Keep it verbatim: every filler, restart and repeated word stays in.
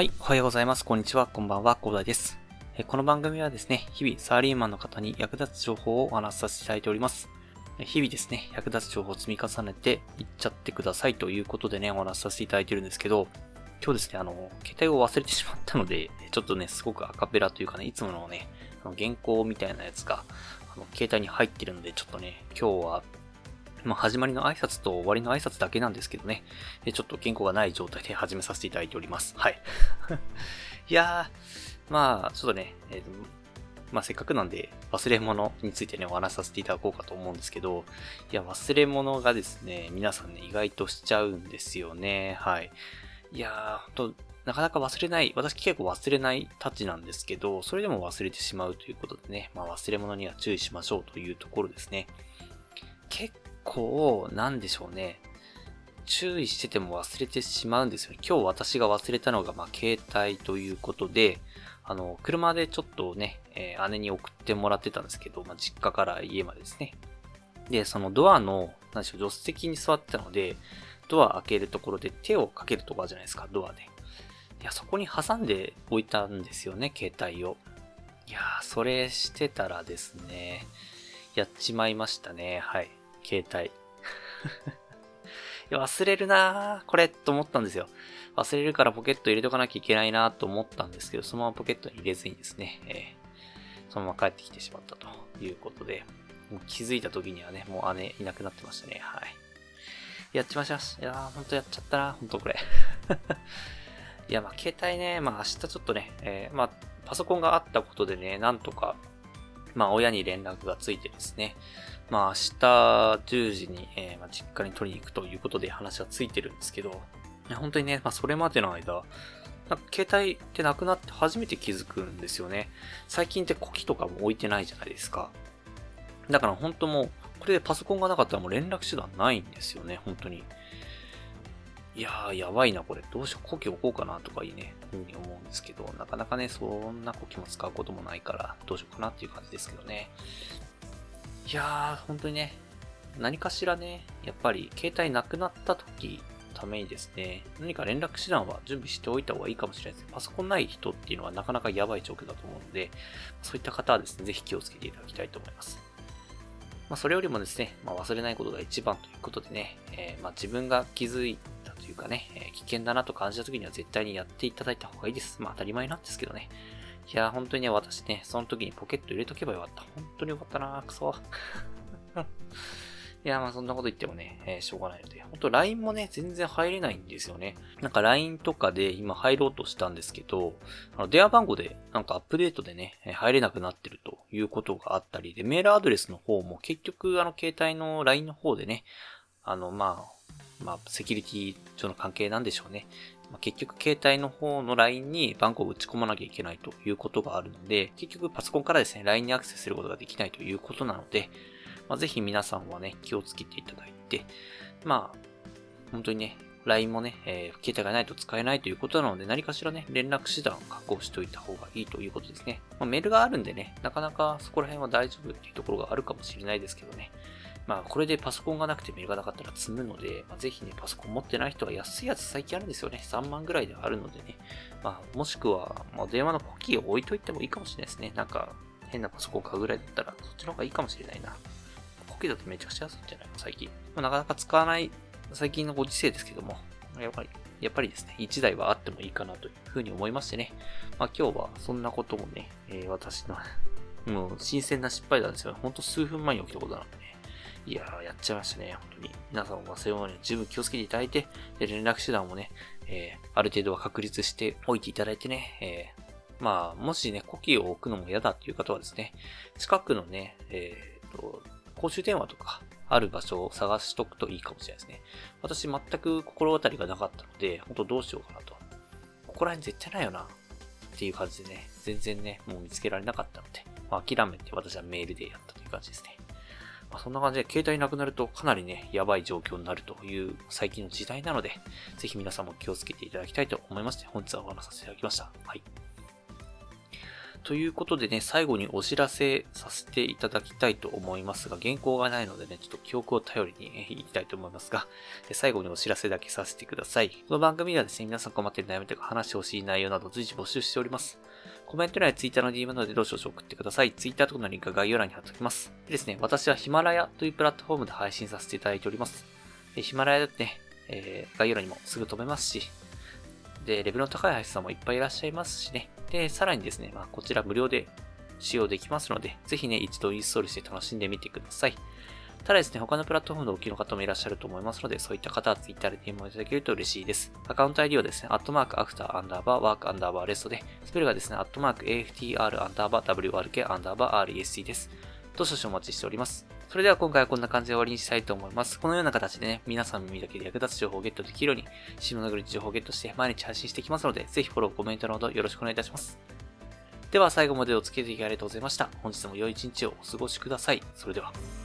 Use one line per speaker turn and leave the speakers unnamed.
はい、おはようございます。こんにちは。こんばんは。広大です。この番組はですね、日々サラリーマンの方に役立つ情報をお話しさせていただいております。日々ですね、役立つ情報を積み重ねていっちゃってくださいということでね、お話しさせていただいているんですけど、今日ですね、あの、携帯を忘れてしまったので、ちょっとね、すごくアカペラというかね、いつものね、あの原稿みたいなやつが、あの携帯に入ってるので、ちょっとね、今日は、まあ、始まりの挨拶と終わりの挨拶だけなんですけどね、ちょっと原稿がない状態で始めさせていただいております。はい。いやー、まあ、ちょっとね、えーとまあ、せっかくなんで忘れ物についてね、お話しさせていただこうかと思うんですけど、いや、忘れ物がですね、皆さんね、意外としちゃうんですよね。はい。いやー、ほんと、なかなか忘れない、私結構忘れないたちなんですけど、それでも忘れてしまうということでね、まあ、忘れ物には注意しましょうというところですね。結構、なんでしょうね。注意してても忘れてしまうんですよね。今日私が忘れたのが、まあ、携帯ということで、あの、車でちょっとね、えー姉に送ってもらってたんですけど、まあ、実家から家までですね。で、そのドアの、なんでしょう、助手席に座ってたので、ドア開けるところで手をかけるところじゃないですか、ドアで。いや、そこに挟んでおいたんですよね、携帯を。いやー、それしてたらですね、やっちまいましたね、はい、携帯。いや、忘れるなー、これ、と思ったんですよ。忘れるからポケット入れとかなきゃいけないなと思ったんですけど、そのままポケットに入れずにですね、えー、そのまま帰ってきてしまったということで、もう気づいた時にはね、もう姉いなくなってましたね、はい。やっちまいました。いやー、ほんとやっちゃったな、ほんとこれ。いや、まあ、携帯ね、まあ、明日ちょっとね、えー、まあ、パソコンがあったことでね、なんとか、まあ、親に連絡がついてですね、まあ、明日じゅうじに、えーまあ、実家に取りに行くということで話はついてるんですけど、いや本当にね、まあ、それまでの間、なんか携帯ってなくなって初めて気づくんですよね。最近って古希とかも置いてないじゃないですか。だから本当もう、これでパソコンがなかったらもう連絡手段ないんですよね、本当に。いやー、やばいな、これ。どうしよう、古希置こうかなとかいいね、ふうに思うんですけど、なかなかね、そんな古希も使うこともないから、どうしようかなっていう感じですけどね。いやー、本当にね、何かしらね、やっぱり携帯なくなった時のためにですね、何か連絡手段は準備しておいた方がいいかもしれないです。パソコンない人っていうのはなかなかやばい状況だと思うので、そういった方はですね、ぜひ気をつけていただきたいと思います。まあ、それよりもですね、まあ、忘れないことが一番ということでね、えー、まあ自分が気づいたというかね、えー、危険だなと感じた時には絶対にやっていただいた方がいいです。まあ当たり前なんですけどね。いやー、本当にね、私ね、その時にポケット入れとけばよかった。本当によかったなー、くそ。いや、まあそんなこと言ってもね、えー、しょうがないので。ほんと ライン もね、全然入れないんですよね。なんか ライン とかで今入ろうとしたんですけど、あの電話番号でなんかアップデートでね、入れなくなってるということがあったりで、メールアドレスの方も結局あの携帯の ライン の方でね、あのまあ、まあセキュリティ上の関係なんでしょうね。まあ、結局携帯の方の ライン に番号を打ち込まなきゃいけないということがあるので、結局パソコンからですね、ライン にアクセスすることができないということなので、まあ、ぜひ皆さんはね、気をつけていただいて、まあ、本当にね、ライン もね、えー、携帯がないと使えないということなので、何かしらね、連絡手段を確保しておいた方がいいということですね。まあ、メールがあるんでね、なかなかそこら辺は大丈夫っていうところがあるかもしれないですけどね。まあ、これでパソコンがなくてメールがなかったら積むので、まあ、ぜひね、パソコン持ってない人は安いやつ最近あるんですよね。さんまんぐらいではあるのでね。まあ、もしくは、まあ、電話のコキーを置いといてもいいかもしれないですね。なんか、変なパソコン買うぐらいだったら、そっちの方がいいかもしれないな。コキーだとめちゃくちゃ安いんじゃないの最近。まあ、なかなか使わない最近のご時世ですけども、やっぱり、やっぱりですね、いちだいはあってもいいかなというふうに思いましてね。まあ今日はそんなこともね、えー、私のもう新鮮な失敗なんですよ。ほんと数分前に起きたことなのでね。いやー、やっちゃいましたね、本当に。皆さんも忘れ物に十分気をつけていただいて、連絡手段もね、えー、ある程度は確立しておいていただいてね、えー、まあ、もしね、コキーを置くのも嫌だっていう方はですね、近くのね、えーと、公衆電話とかある場所を探しとくといいかもしれないですね。私全く心当たりがなかったので、本当どうしようかなと。ここら辺絶対ないよなっていう感じでね、全然ね、もう見つけられなかったので、まあ、諦めて私はメールでやったという感じですね。まあ、そんな感じで携帯なくなるとかなりね、やばい状況になるという最近の時代なので、ぜひ皆さんも気をつけていただきたいと思いまして、本日はお話しさせていただきました。はい。 ということでね、最後にお知らせさせていただきたいと思いますが、原稿がないのでね、ちょっと記憶を頼りに言いたいと思いますが、最後にお知らせだけさせてください。この番組ではですね、皆さん困っている悩みとか話してほしい内容など随時募集しております。コメント欄や Twitter の ディーエム などでどうしよう送ってください。Twitter とかのリンクは概要欄に貼っておきます。でですね、私はヒマラヤというプラットフォームで配信させていただいております。ヒマラヤだってね、えー、概要欄にもすぐ飛べますし、で、レベルの高い配信さんもいっぱいいらっしゃいますしね。で、さらにですね、まあ、こちら無料で使用できますので、ぜひね、一度インストールして楽しんでみてください。ただですね、他のプラットフォームでお聞きの方もいらっしゃると思いますので、そういった方は Twitter で ディーエム をいただけると嬉しいです。アカウント アイディー はですね、アットマークアフターアンダーバーワークアンダーバーレストで、スペルがですね、アットマーク エーエフティーアール アンダーバー ダブリューアールケー アンダーバー アールイーエスティー です。どうしお待ちしております。それでは今回はこんな感じで終わりにしたいと思います。このような形でね、皆さんの耳だけで役立つ情報をゲットできるように、シムのグル情報をゲットして毎日配信していきますので、ぜひフォロー、コメントのほどよろしくお願いいたします。では最後までお付き合いありがとうございました。本日も良い一日をお過ごしください。それでは。